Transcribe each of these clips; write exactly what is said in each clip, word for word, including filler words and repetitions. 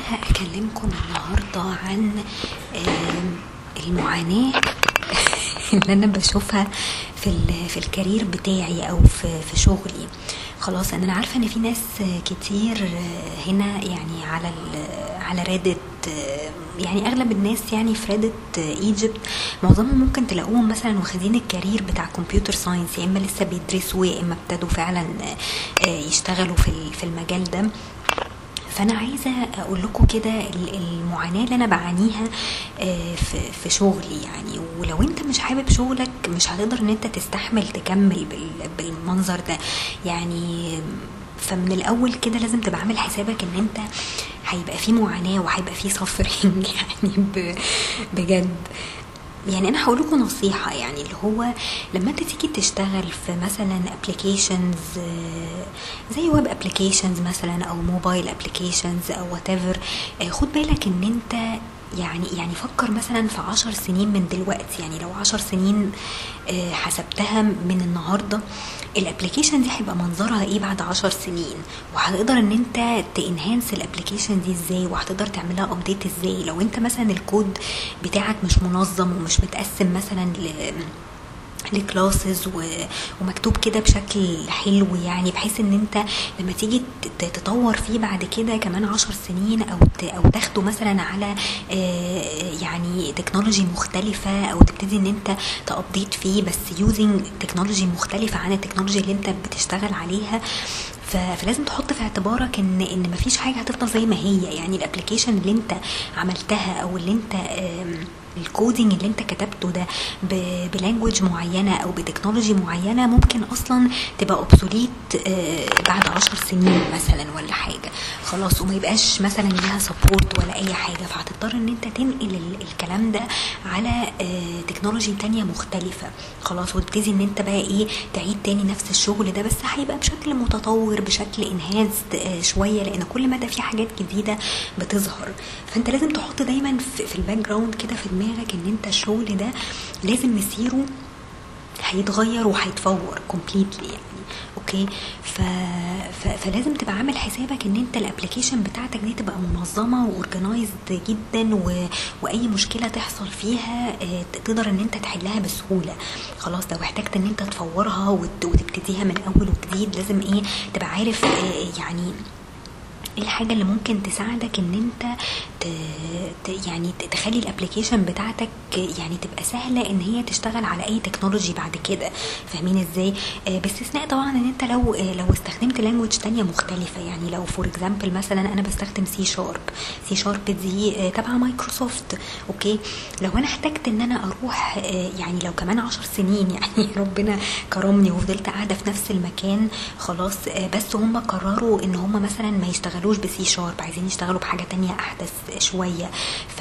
هكلمكم النهاردة عن آم، المعاناة اللي انا بشوفها في ال- في الكارير بتاعي او في في شغلي. خلاص انا عارفه ان في ناس كتير هنا يعني على ال- على ريدت، يعني اغلب الناس يعني في ريدت ايجيبت معظمهم ممكن تلاقوهم مثلا واخدين الكارير بتاع كمبيوتر ساينس، يا اما لسه بيدرسوا يا اما ابتدوا فعلا يشتغلوا في ال- في المجال ده. فانا عايزه اقول لكم كده ال- المعاناه اللي انا بعانيها آه، في في شغلي يعني. ولو انت مش حابب شغلك مش هتقدر ان انت تستحمل تكمل بال- بالمنظر ده يعني. فمن الاول كده لازم تبقى عامل حسابك ان انت هيبقى فيه معاناه وهيبقى فيه suffering يعني ب- بجد. يعني انا هقول لكم نصيحه، يعني اللي هو لما انت تيجي تشتغل في مثلا ابلكيشنز زي ويب ابلكيشنز مثلا او موبايل ابلكيشنز او وات ايفر، خد بالك ان انت يعني يعني فكر مثلا في عشر سنين من دلوقتي. يعني لو عشر سنين آه، حسبتها من النهارده، الابلكيشن دي هيبقى منظرها ايه بعد عشر سنين؟ وهتقدر ان انت تانهانس الابلكيشن دي ازاي؟ وهتقدر تعملها ابديت ازاي لو انت مثلا الكود بتاعك مش منظم ومش متقسم مثلا ل لكلاسز ومكتوب كده بشكل حلو، يعني بحيث ان انت لما تيجي ت- تطور فيه بعد كده كمان عشر سنين او ت- او تاخده مثلا على آه، يعني تكنولوجي مختلفة، او تبتدي ان انت تابديت فيه بس يوزنج تكنولوجي مختلفة عن التكنولوجي اللي انت بتشتغل عليها. ف- فلازم تحط في اعتبارك ان ان مفيش حاجه هتفضل زي ما هي. يعني الابلكيشن اللي انت عملتها او اللي انت آم، الكودينج اللي انت كتبته ده بلانجوج معينه او بتكنولوجي معينه ممكن اصلا تبقى اوبسوليت بعد عشر سنين مثلا ولا حاجه، خلاص، وما يبقاش مثلا ليها سبورت ولا اي حاجه. فهتضطر ان انت تنقل ال- الكلام ده على آه، تكنولوجي تانية مختلفه، خلاص، وتبتدي ان انت بقى ايه تعيد تاني نفس الشغل ده، بس هيبقى بشكل متطور بشكل انهانسد شويه، لان كل مدى في حاجات جديده بتظهر. فانت لازم تحط دايما في في الباك جراوند كده في دماغك ان انت الشغل ده لازم مسيره هيتغير وهيتفور كومبليتلي يعني. اوكي، ف... ف... فلازم تبقى عامل حسابك ان انت الابلكيشن بتاعتك دي تبقى منظمه واورجنايزد جدا، و... واي مشكله تحصل فيها آه، تقدر ان انت تحلها بسهوله. خلاص لو احتجت ان انت تفورها وت... وتبتديها من اول وجديد، لازم ايه تبقى عارف آه، يعني ايه الحاجه اللي ممكن تساعدك ان انت ت... ت... يعني ت- تخلي الابلكيشن بتاعتك يعني تبقى سهله ان هي تشتغل على اي تكنولوجي بعد كده. فاهمين ازاي؟ آه باستثناء طبعا ان انت لو آه لو استخدمت لانجوج تانية مختلفه. يعني لو فور اكزامبل مثلا انا بستخدم سي شارب، سي شارب دي آه تبع مايكروسوفت. اوكي، لو انا احتجت ان انا اروح آه يعني لو كمان عشر سنين يعني ربنا كرمني وفضلت قاعده في نفس المكان، خلاص، آه بس هم قرروا ان هم مثلا ما يشتغلوش بسي شارب، عايزين يشتغلوا بحاجه تانية احدث شويه، ف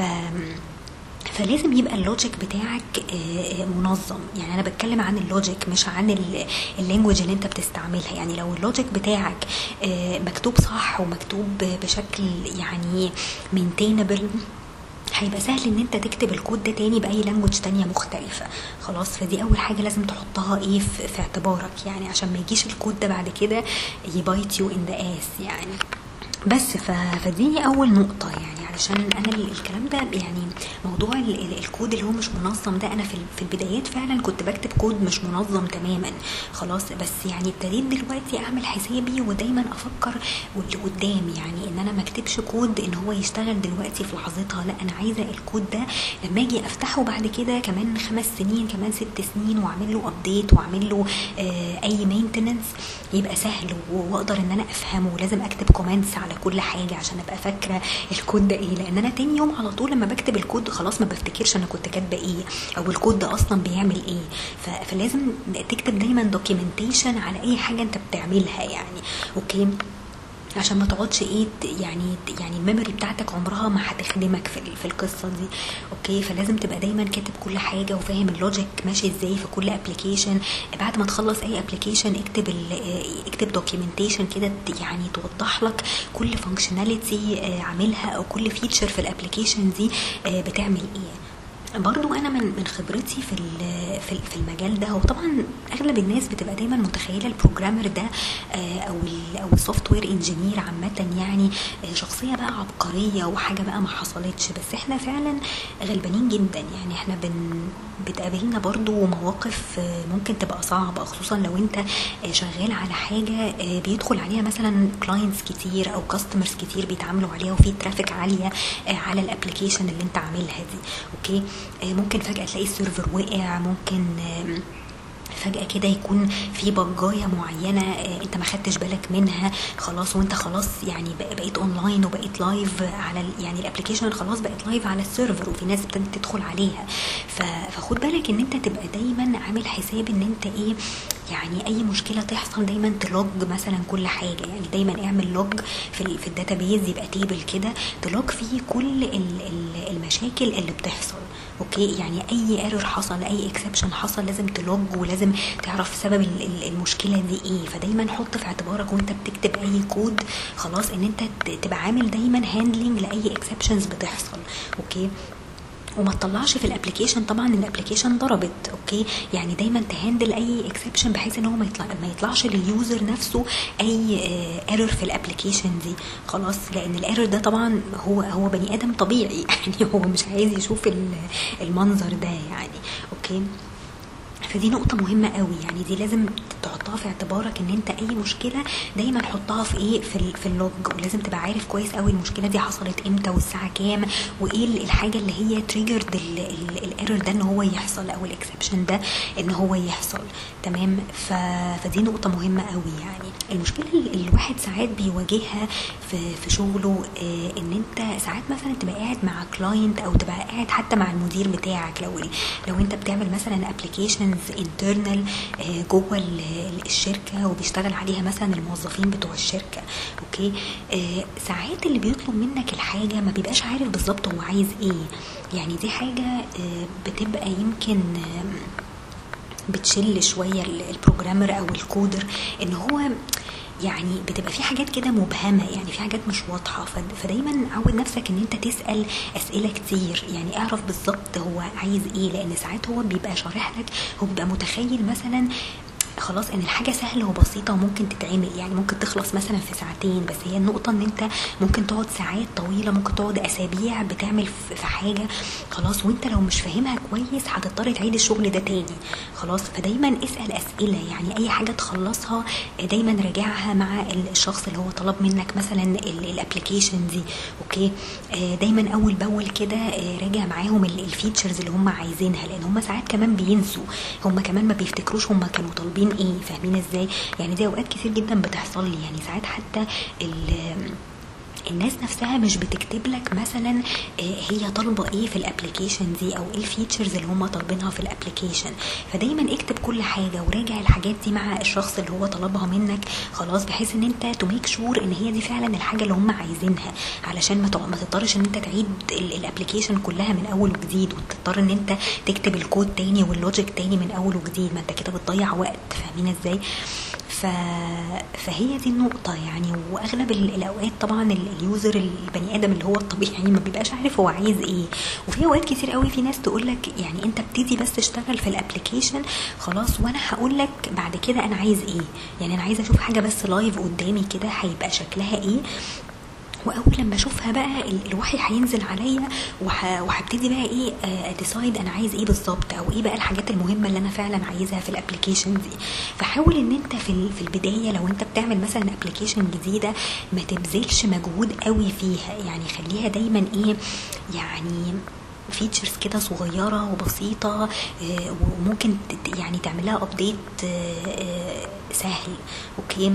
فلازم يبقى اللوجيك بتاعك آه، منظم. يعني انا بتكلم عن اللوجيك مش عن اللانجوج اللي انت بتستعملها. يعني لو اللوجيك بتاعك آه، مكتوب صح ومكتوب بشكل يعني مينتينبل، هيبقى سهل ان انت تكتب الكود ده تاني باي لانجوج تانية مختلفة. خلاص، فدي اول حاجة لازم تحطها ايه في في اعتبارك، يعني عشان ما يجيش الكود ده بعد كده يبايت يو ان ذا اس يعني. بس ف... فدي اول نقطة، يعني علشان انا ال- الكلام ده يعني موضوع ال... ال- الكود اللي هو مش منظم ده، انا في ال- في البدايات فعلا كنت بكتب كود مش منظم تماما، خلاص، بس يعني ابتديت دلوقتي اعمل حسابي ودايما افكر واللي قدام، يعني ان انا ما اكتبش كود ان هو يشتغل دلوقتي في لحظتها، لا انا عايزة الكود ده لما اجي افتحه بعد كده كمان خمس سنين كمان ست سنين واعمل له ابديت واعمل له آه اي مينتننس يبقى سهل و- واقدر ان انا افهمه. ولازم اكتب كومنتس على كل حاجه عشان ابقى فاكره الكود ده ايه، لان انا تاني يوم على طول لما بكتب الكود خلاص ما بفتكرش انا كنت كاتبه ايه او الكود ده اصلا بيعمل ايه. ف- فلازم تكتب دايما دوكيومنتيشن على اي حاجه انت بتعملها يعني. اوكي، عشان ما تقعدش ايه ت- يعني يعني الميموري بتاعتك عمرها ما هتخدمك في ال- في القصه دي. اوكي، فلازم تبقى دايما كاتب كل حاجه وفاهم اللوجيك ماشي ازاي في كل ابلكيشن. بعد ما تخلص اي ابلكيشن اكتب ال اكتب دوكيومنتيشن كده ت- يعني توضح لك كل فانكشناليتي عاملها او كل فيتشر في الابلكيشن دي آه، بتعمل ايه. برضو انا من من خبرتي في في في المجال ده، هو طبعا اغلب الناس بتبقى دايما متخيله البروجرامر ده او ال او السوفت وير انجينير عامه يعني شخصيه بقى عبقريه وحاجه بقى ما حصلتش، بس احنا فعلا غلبانين جدا. يعني احنا بن بتقابلنا برضو مواقف ممكن تبقى صعبه، خصوصا لو انت شغال على حاجه بيدخل عليها مثلا كلاينتس كتير او كاستمرز كتير بيتعاملوا عليها وفي ترافيك عاليه على الابلكيشن اللي انت عاملها دي. اوكي، ممكن فجأة تلاقي السيرفر وقع، ممكن فجأة كده يكون في بجاية معينة انت ما خدتش بالك منها خلاص، وانت خلاص يعني بقيت اونلاين وبقيت لايف على يعني الابليكيشن خلاص بقت لايف على السيرفر وفي ناس ابتدت تدخل عليها. فخد بالك ان انت تبقى دايما عامل حساب ان انت ايه، يعني اي مشكله تحصل دايما تلوج مثلا كل حاجه، يعني دايما اعمل لوج في في الداتابيز، يبقى تيبل كده تلوج فيه كل المشاكل اللي بتحصل. اوكي، يعني اي ايرور حصل، اي اكسبشن حصل لازم تلوج ولازم تعرف سبب المشكله دي ايه. فدايما حط في اعتبارك وانت بتكتب اي كود خلاص ان انت تبقى عامل دايما هاندلنج لاي اكسبشنز بتحصل. اوكي، وما تطلعش في الابلكيشن طبعا الابلكيشن ضربت. اوكي، يعني دايما تهندل اي اكسبشن بحيث ان هو ما يطلع ما يطلعش لليوزر نفسه اي ايرور في الابلكيشن دي خلاص، لان الايرور ده طبعا هو هو بني ادم طبيعي يعني هو مش عايز يشوف المنظر ده يعني. اوكي، فدي نقطة مهمة قوي، يعني دي لازم تحطها في اعتبارك ان انت اي مشكلة دايما حطها في ايه في, في اللوج، ولازم تبقى عارف كويس قوي المشكلة دي حصلت امتى والساعة كام وايه الحاجة اللي هي تريجرد الايرور ده ان هو يحصل او الاكسبشن ده ان هو يحصل. تمام، فدي نقطة مهمة قوي. يعني المشكلة اللي الواحد ساعات بيواجهها في, في شغله اه ان انت ساعات مثلا تبقى قاعد مع كلاينت او تبقى قاعد حتى مع المدير بتاعك، لو لو انت بتعمل مثلا ابلكيشن انترنال جوه الشركه وبيشتغل عليها مثلا الموظفين بتوع الشركه. اوكي، ساعات اللي بيطلب منك الحاجه ما بيبقاش عارف بالظبط هو عايز ايه، يعني دي حاجه بتبقى يمكن بتشل شويه البروجرامر او الكودر، ان هو يعني بتبقى في حاجات كده مبهمه، يعني في حاجات مش واضحه. فدايما عود نفسك ان انت تسال اسئله كتير، يعني اعرف بالظبط هو عايز ايه، لان ساعات هو بيبقى شارح لك، هو بيبقى متخيل مثلا خلاص ان الحاجه سهله وبسيطه وممكن تتعمل، يعني ممكن تخلص مثلا في ساعتين، بس هي النقطه ان انت ممكن تقعد ساعات طويله، ممكن تقعد اسابيع بتعمل في حاجه خلاص، وانت لو مش فاهمها كويس هتضطر تعيد الشغل ده تاني خلاص. فدايما اسال اسئله، يعني اي حاجه تخلصها دايما راجعها مع الشخص اللي هو طلب منك مثلا الابلكيشن دي. اوكي، دايما اول باول كده راجع معاهم الفيتشرز اللي هم عايزينها، لان هم ساعات كمان بينسوا، هم كمان ما بيفتكروش هم كانوا طالبين ايه، فاهمين ازاي؟ يعني دي اوقات كتير جدا بتحصل لي، يعني ساعات حتى الناس نفسها مش بتكتب لك مثلا هي طالبه ايه في الابلكيشن دي او ايه الفيتشرز اللي هم طالبينها في الابلكيشن. فدايما اكتب كل حاجه وراجع الحاجات دي مع الشخص اللي هو طلبها منك خلاص، بحيث ان انت تو ميك شور ان هي دي فعلا الحاجه اللي هم عايزينها، علشان ما ما تضطرش ان انت تعيد الابلكيشن كلها من اول وجديد، وتضطر ان انت تكتب الكود تاني واللوجيك تاني من اول وجديد، ما انت كده بتضيع وقت. فاهمين ازاي؟ ف... فهي دي النقطة يعني. واغلب الاوقات طبعا اليوزر البني ادم اللي هو الطبيعي ما بيبقاش عارف هو عايز ايه، وفي اوقات كتير قوي في ناس تقولك يعني انت ابتدي بس تشتغل في الابليكيشن خلاص وانا هقولك بعد كده انا عايز ايه، يعني انا عايزه اشوف حاجة بس لايف قدامي كده هيبقى شكلها ايه، واول لما اشوفها بقى الوحي هينزل عليا وهبتدي بقى ايه اديسايد انا عايز ايه بالظبط، او ايه بقى الحاجات المهمه اللي انا فعلا عايزها في الابلكيشن دي. فحاول ان انت في في البدايه لو انت بتعمل مثلا ابلكيشن جديده ما تبذلش مجهود قوي فيها، يعني خليها دايما ايه يعني فيتشرز كده صغيره وبسيطه، وممكن يعني تعملها ابديت سهل. اوكي،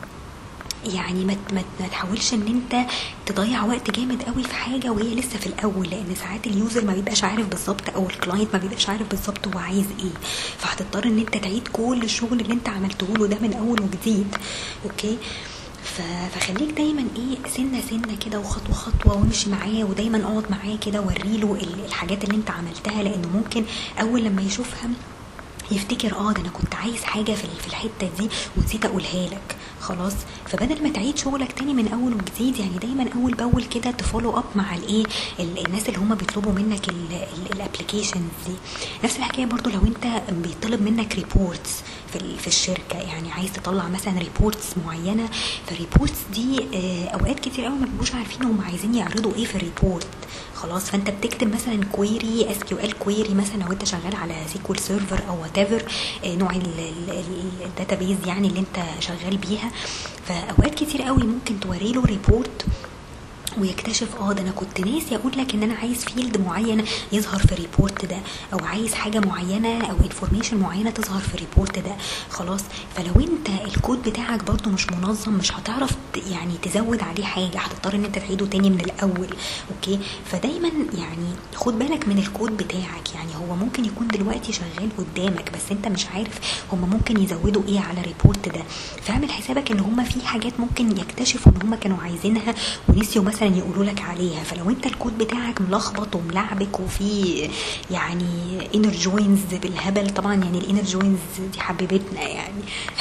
يعني ما ما تحاولش ان انت تضيع وقت جامد قوي في حاجه وهي لسه في الاول، لان ساعات اليوزر ما بيبقاش عارف بالظبط او الكلاينت ما بيبقاش عارف بالظبط هو عايز ايه، فهتضطر ان انت تعيد كل الشغل اللي انت عملته له ده من اول وجديد. اوكي، فخليك دايما ايه سنه سنه كده وخطوه خطوه وامشي معاه، ودايما اقعد معاه كده وريله الحاجات اللي انت عملتها، لانه ممكن اول لما يشوفها يفتكر اه ده انا كنت عايز حاجه في الحته دي ونسيت اقولها لك خلاص. فبدل ما تعيد شغلك تاني من اول وجديد، يعني دايما اول باول كده تفولو اب مع الايه الناس اللي هم بيطلبوا منك الابلكيشنز دي. نفس الحكايه برضو لو انت بيطلب منك ريبورتس في في الشركه، يعني عايز تطلع مثلا ريبورتس معينه، فالريبورتس دي اوقات كتير قوي ما بيبقوش عارفين هم عايزين يعرضوا ايه في الريبورت. خلاص. فانت بتكتب مثلا كويري اس كيو ال كويري مثلا لو انت شغال على سيكوال سيرفر او وات ايفر نوع الداتابيز يعني اللي انت شغال بيها. فاوقات كتير قوي ممكن توري له ريبورت ويكتشف اه ده انا كنت ناسي اقول لك ان انا عايز فيلد معين يظهر في الريبورت ده، او عايز حاجه معينه او انفورميشن معينه تظهر في الريبورت ده. خلاص. فلو انت الكود بتاعك برضو مش منظم مش هتعرف يعني تزود عليه حاجه، هتضطر ان انت تعيده تاني من الاول. اوكي. فدايما يعني خد بالك من الكود بتاعك، يعني هو ممكن يكون دلوقتي شغال قدامك بس انت مش عارف هم ممكن يزودوا ايه على الريبورت ده. فاعمل حسابك ان هم في حاجات ممكن يكتشفوا ان هم كانوا عايزينها ونسيوا مثلا يقولوا لك عليها. فلو انت الكود بتاعك ملخبط وملعبك وفي يعني انر جوينز بالهبل، طبعا يعني الانر جوينز دي حبيبتنا يعني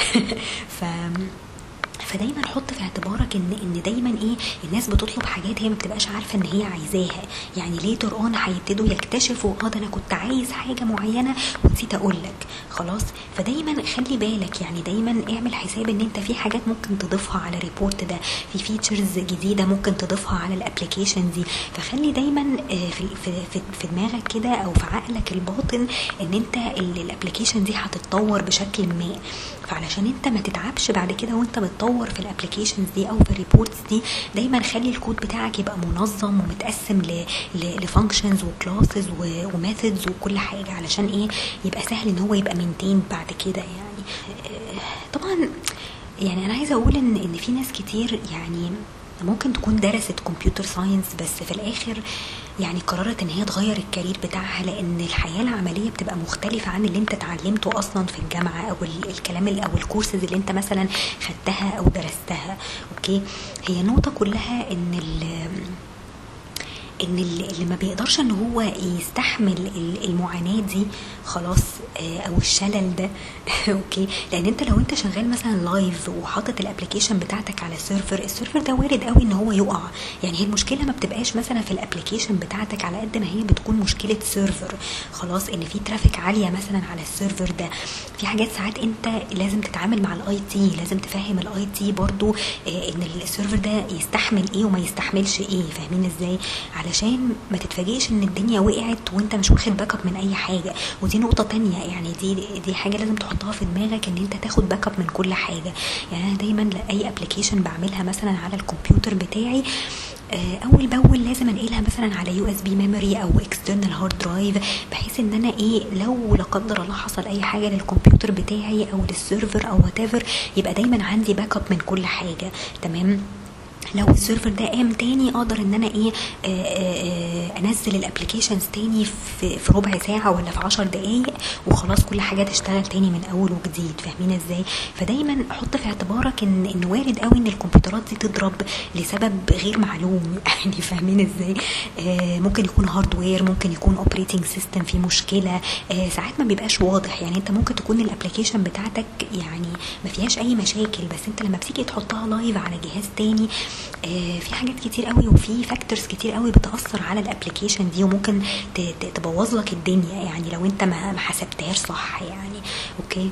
ف فدايما حط في اعتبارك ان ان دايما ايه الناس بتطلب حاجات هي ما بتبقاش عارفه ان هي عايزاها، يعني ليتر اون هيبتدوا يكتشفوا اه ده انا كنت عايز حاجه معينه ونسيت اقول لك. خلاص. فدايما خلي بالك، يعني دايما اعمل حساب ان انت في حاجات ممكن تضيفها على الريبورت ده، في فيتشرز جديده ممكن تضيفها على الابلكيشن دي. فخلي دايما في في في, في دماغك كده او في عقلك الباطن ان انت الابلكيشن دي هتتطور بشكل ما. فعلشان انت ما تتعبش بعد كده وانت بتطور في الابلكيشنز دي او في الريبورتس دي، دايما خلي الكود بتاعك يبقى منظم ومتقسم لفانكشنز وكلاسز وميثودز وكل حاجه، علشان ايه يبقى سهل ان هو يبقى مينتين بعد كده. يعني طبعا يعني انا عايزه اقول ان ان في ناس كتير يعني ممكن تكون درست كمبيوتر ساينس بس في الاخر يعني قررت ان هي تغير الكارير بتاعها، لان الحياه العمليه بتبقى مختلفه عن اللي انت اتعلمته اصلا في الجامعه او الكلام او الكورسز اللي انت مثلا خدتها او درستها. اوكي. هي النقطه كلها ان ان اللي ما بيقدرش ان هو يستحمل المعاناه دي خلاص او الشلل ده اوكي. لان انت لو انت شغال مثلا لايف وحاطط الابلكيشن بتاعتك على السيرفر، السيرفر ده وارد قوي ان هو يقع. يعني هي المشكله ما بتبقاش مثلا في الابلكيشن بتاعتك على قد ما هي بتكون مشكله سيرفر. خلاص. ان في ترافيك عاليه مثلا على السيرفر ده. في حاجات ساعات انت لازم تتعامل مع الاي تي، لازم تفهم الاي تي برضو ان السيرفر ده يستحمل ايه وما يستحملش ايه. فاهمين ازاي؟ علشان ما تتفاجئش ان الدنيا وقعت وانت مش واخد باك اب من اي حاجه. ودي نقطه تانية، يعني دي دي حاجه لازم تحطها في دماغك ان انت تاخد باك اب من كل حاجه. يعني انا دايما لاي ابلكيشن بعملها مثلا على الكمبيوتر بتاعي اول باول لازم انقلها مثلا على يو اس بي ميموري او اكسترنال هارد درايف، بحيث ان انا ايه لو لا قدر الله حصل اي حاجه للكمبيوتر بتاعي او للسيرفر او وات ايفر يبقى دايما عندي باك اب من كل حاجه. تمام. لو السيرفر ده قام تاني اقدر ان انا ايه آآ آآ انزل الابلكيشنز تاني في, في ربع ساعه ولا في عشر دقايق وخلاص كل حاجه تشتغل تاني من اول وجديد. فاهمين ازاي؟ فدايما حط في اعتبارك ان ان وارد قوي ان الكمبيوترات دي تضرب لسبب غير معلوم يعني. فاهمين ازاي؟ ممكن يكون هاردوير، ممكن يكون اوبريتنج سيستم فيه مشكله، ساعات ما بيبقاش واضح. يعني انت ممكن تكون الابلكيشن بتاعتك يعني ما فيهاش اي مشاكل، بس انت لما بتيجي تحطها لايف على جهاز تاني آه في حاجات كتير قوي وفي فاكتورز كتير قوي بتأثر على الابليكيشن دي وممكن تبوظ لك الدنيا، يعني لو انت ما حسبتهاش صح يعني. اوكي.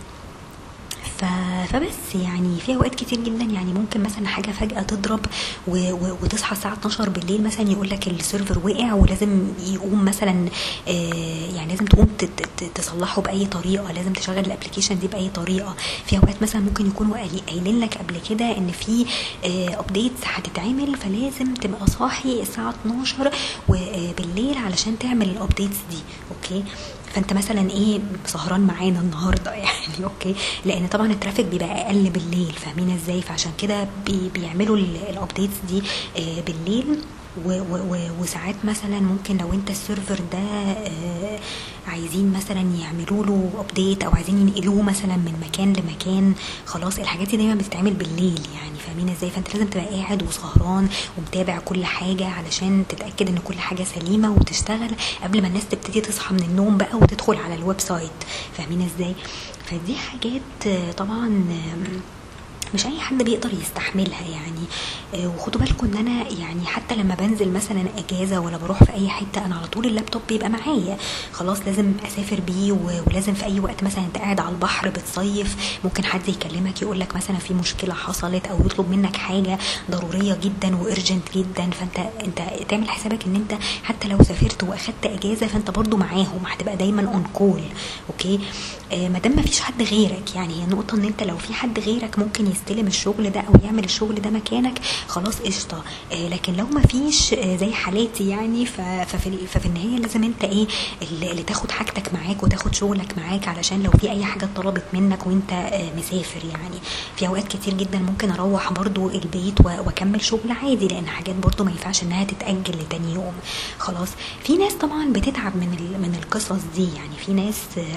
فبس يعني في اوقات كتير جدا يعني ممكن مثلا حاجه فجاه تضرب وتصحى الساعه اتناشر بالليل مثلا يقول لك السيرفر وقع ولازم يقوم مثلا يعني لازم تقوم تصلحه باي طريقه، لازم تشغل الابلكيشن دي باي طريقه. في اوقات مثلا ممكن يكونوا قايلين لك قبل كده ان في ابديتس هتتعمل فلازم تبقى صاحي الساعه اتناشر بالليل علشان تعمل الابديتس دي. اوكي. فانت مثلا ايه سهران معانا النهارده يعني. اوكي. لان طبعا الترافيك بيبقى اقل بالليل. فاهمين ازاي؟ فعشان كده بي بيعملوا الابديتس دي بالليل. وساعات مثلا ممكن لو انت السيرفر ده عايزين مثلا يعملوا له ابديت او عايزين ينقلوه مثلا من مكان لمكان، خلاص الحاجات دي دايما بتتعمل بالليل يعني. فاهمين ازاي؟ فانت لازم تبقى قاعد وسهران ومتابع كل حاجه علشان تتاكد ان كل حاجه سليمه وتشتغل قبل ما الناس تبتدي تصحى من النوم بقى وتدخل على الويب سايت. فاهمين ازاي؟ فدي حاجات طبعا مش اي حد بيقدر يستحملها يعني. آه، وخدوا بالكم ان انا يعني حتى لما بنزل مثلا اجازه ولا بروح في اي حته، انا على طول اللابتوب بيبقى معايا، خلاص لازم اسافر بيه، ولازم في اي وقت مثلا انت قاعد على البحر بتصيف ممكن حد يكلمك يقول لك مثلا في مشكله حصلت، او يطلب منك حاجه ضروريه جدا وارجنت جدا، فانت انت تعمل حسابك ان انت حتى لو سافرت واخدت اجازه فانت برضو معاهم، هتبقى دايما اون كول. اوكي، آه ما دام ما فيش حد غيرك، يعني هي نقطه ان انت لو في حد غيرك ممكن يستلم الشغل ده او يعمل الشغل ده مكانك، خلاص قشطه. آه لكن لو ما فيش آه زي حالاتي يعني، ففي, ففي النهايه لازم انت ايه اللي تاخد حاجتك معاك وتاخد شغلك معاك، علشان لو في اي حاجه طلبت منك وانت آه مسافر. يعني في اوقات كتير جدا ممكن اروح برضو البيت واكمل شغل عادي، لان حاجات برضو ما ينفعش انها تتاجل لتاني يوم. خلاص، في ناس طبعا بتتعب من من القصص دي، يعني في ناس آه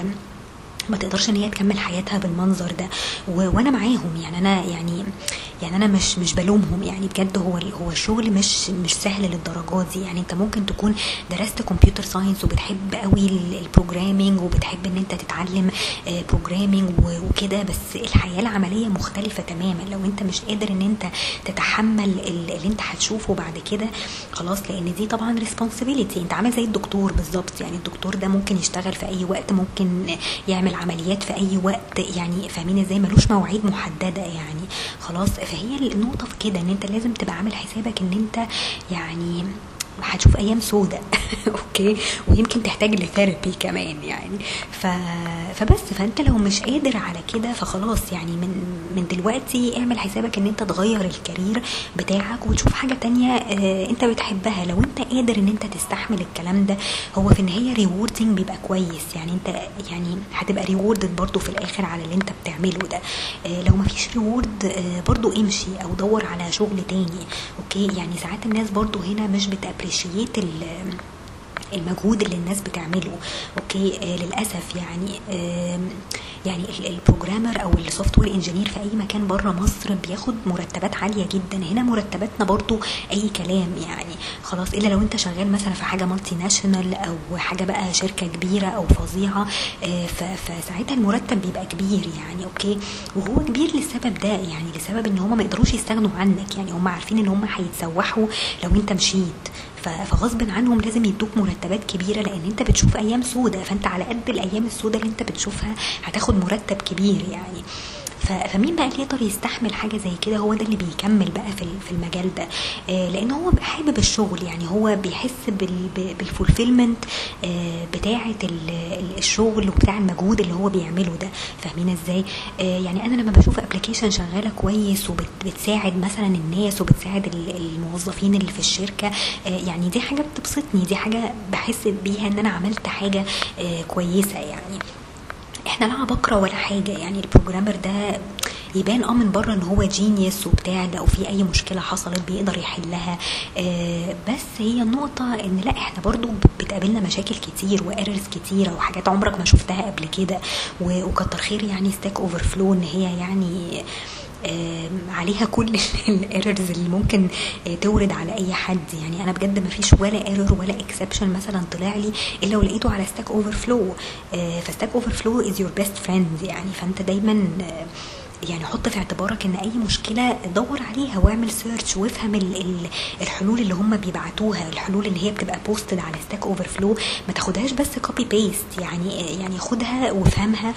ما تقدرش ان هي تكمل حياتها بالمنظر ده، وانا معاهم يعني. انا يعني يعني انا مش مش بلومهم يعني، بجد هو هو الشغل مش مش سهل للدرجات دي. يعني انت ممكن تكون درست كمبيوتر ساينس وبتحب قوي البروجرامينج وبتحب ان انت تتعلم بروجرامينج وكده، بس الحياه العمليه مختلفه تماما. لو انت مش قادر ان انت تتحمل اللي انت هتشوفه بعد كده، خلاص، لان دي طبعا ريسبونسبيلتي. انت عامل زي الدكتور بالظبط، يعني الدكتور ده ممكن يشتغل في اي وقت، ممكن يعمل عمليات في اي وقت، يعني فاهمين ازاي؟ ملوش مواعيد محدده يعني. خلاص، فهي النقطه في كده ان انت لازم تبقى عامل حسابك ان انت يعني هتشوف ايام سودة اوكي، ويمكن تحتاج لثيرابي كمان يعني. ف... فبس فانت لو مش قادر على كده فخلاص، يعني من من دلوقتي اعمل حسابك ان انت تغير الكارير بتاعك وتشوف حاجة تانية اه انت بتحبها. لو انت قادر ان انت تستحمل الكلام ده، هو في النهاية ريوردنج بيبقى كويس يعني. انت يعني هتبقى ريوردد برضو في الاخر على اللي انت بتعمله ده. اه لو مفيش ريورد اه برضو امشي او دور على شغل تاني. اوكي، يعني ساعات الناس برضو هنا مش بتأبريشيت المجهود اللي الناس بتعمله. اوكي، آه للاسف يعني آه يعني البروجرامر او السوفت وير انجينير في اي مكان بره مصر بياخد مرتبات عاليه جدا. هنا مرتباتنا برضو اي كلام يعني. خلاص، الا لو انت شغال مثلا في حاجه مالتي ناشونال او حاجه بقى شركه كبيره او فظيعه، آه فساعتها المرتب بيبقى كبير يعني. اوكي، وهو كبير للسبب ده، يعني لسبب ان هم ما يقدروش يستغنوا عنك، يعني هم عارفين ان هم هيتسوحوا لو انت مشيت، فغصب عنهم لازم يدوك مرتبات كبيره، لان انت بتشوف ايام سودة، فانت على قد الايام السودة اللي انت بتشوفها هتاخد مرتب كبير يعني. فمين بقى اللي يقدر يستحمل حاجه زي كده؟ هو ده اللي بيكمل بقى في في المجال ده، آه لان هو حابب الشغل، يعني هو بيحس بالفولفيلمنت آه بتاعه الشغل وبتاع المجهود اللي هو بيعمله ده. فاهمين ازاي؟ آه يعني انا لما بشوف ابلكيشن شغاله كويس وبتساعد مثلا الناس وبتساعد الموظفين اللي في الشركه، آه يعني دي حاجه بتبسطني، دي حاجه بحس بيها ان انا عملت حاجه آه كويسه يعني. احنا لا عبقرة ولا حاجة يعني. البروجرامر ده يبان اه من بره ان هو جينيوس وبتاع، لو في اي مشكله حصلت بيقدر يحلها، آه بس هي النقطه ان لا، احنا برضو بتقابلنا مشاكل كتير وايرورز كتيره وحاجات عمرك ما شفتها قبل كده، وكتر خير يعني ستاك اوفر فلو ان هي يعني آه عليها كل الايرورز اللي ممكن آه تورد على اي حد. يعني انا بجد ما فيش ولا ايرور ولا اكسبشن مثلا طلع لي الا ولقيته على ستاك اوفر فلو. آه فستاك اوفر فلو از يور بيست فريند يعني. فانت دايما آه يعني حط في اعتبارك ان اي مشكله دور عليها واعمل سيرش وافهم ال ال الحلول اللي هم بيبعتوها، الحلول اللي هي بتبقى بوستد على ستاك اوفر فلو. ما تاخدهاش بس كوبي بيست يعني، يعني خدها وافهمها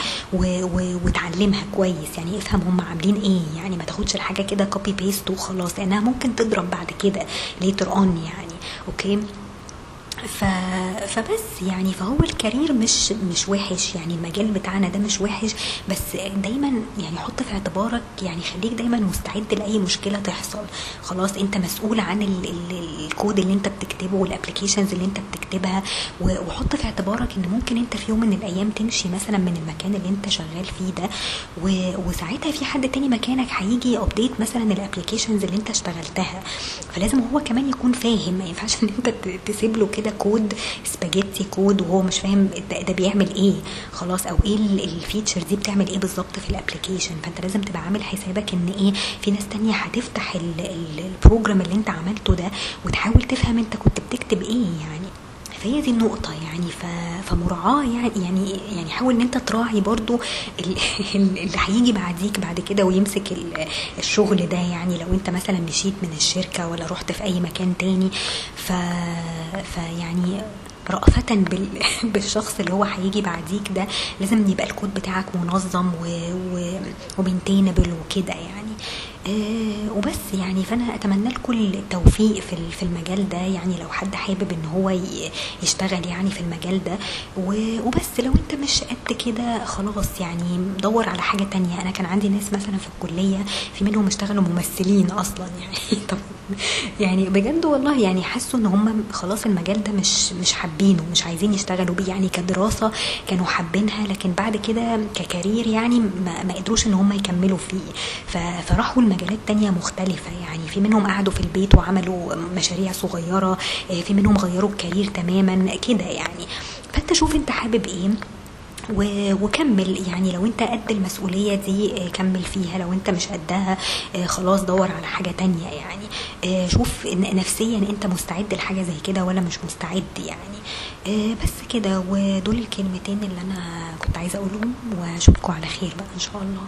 وتعلمها كويس يعني. افهم هم عاملين ايه يعني، ما تاخدش الحاجه كده كوبي بيست وخلاص، لانها ممكن تضرب بعد كده ليتر اون يعني. اوكي، ف... فبس يعني فهو الكارير مش مش وحش يعني. المجال بتاعنا ده مش وحش، بس دايما يعني حط في اعتبارك، يعني خليك دايما مستعد لاي مشكله تحصل. خلاص، انت مسؤول عن ال... ال... الكود اللي انت بتكتبه والابلكيشنز اللي انت بتكتبها، و... وحط في اعتبارك ان ممكن انت في يوم من الايام تمشي مثلا من المكان اللي انت شغال فيه ده، و... وساعتها في حد تاني مكانك هيجي ابديت مثلا الابلكيشنز اللي انت اشتغلتها، فلازم هو كمان يكون فاهم. ما ينفعش ان انت تسيب له كده كود سباجيتي كود وهو مش فاهم ده, ده بيعمل ايه، خلاص، او ايه الفيتشر دي بتعمل ايه بالظبط في الابلكيشن. فانت لازم تبقى عامل حسابك ان ايه، في ناس تانية هتفتح البروجرام اللي انت عملته ده وتحاول تفهم انت كنت بتكتب ايه يعني. فهي دي النقطة يعني. ف- فمراعاة يعني يعني يعني حاول ان انت تراعي برضو ال- اللي هيجي بعديك بعد كده ويمسك ال- الشغل ده. يعني لو انت مثلا مشيت من الشركة ولا رحت في اي مكان تاني، ف فيعني رأفة بال... بالشخص اللي هو هيجي بعديك ده، لازم يبقى الكود بتاعك منظم و... و... ومينتينبل وكده يعني. آه وبس يعني. فانا اتمنى لكم التوفيق في ال- في المجال ده. يعني لو حد حابب ان هو ي- يشتغل يعني في المجال ده و- وبس. لو انت مش قد كده خلاص يعني دور على حاجة تانية. انا كان عندي ناس مثلا في الكلية في منهم اشتغلوا ممثلين اصلا يعني. طب يعني بجد والله يعني حسوا ان هم خلاص المجال ده مش مش حابينه، مش عايزين يشتغلوا بيه. يعني كدراسة كانوا حابينها، لكن بعد كده ككارير يعني ما, ما قدروش ان هم يكملوا فيه. ف- فراحوا المجالات تانية مختلفة. يعني في منهم قعدوا في البيت وعملوا مشاريع صغيرة، آه، في منهم غيروا الكارير تماما كده يعني. فانت شوف انت حابب ايه و- وكمل. يعني لو انت قد المسؤولية دي آه، كمل فيها. لو انت مش قدها آه، خلاص دور على حاجة تانية يعني. آه، شوف إن نفسيا انت مستعد لحاجة زي كده ولا مش مستعد يعني. آه، بس كده. ودول الكلمتين اللي انا كنت عايزة اقولهم، واشوفكم على خير بقى ان شاء الله.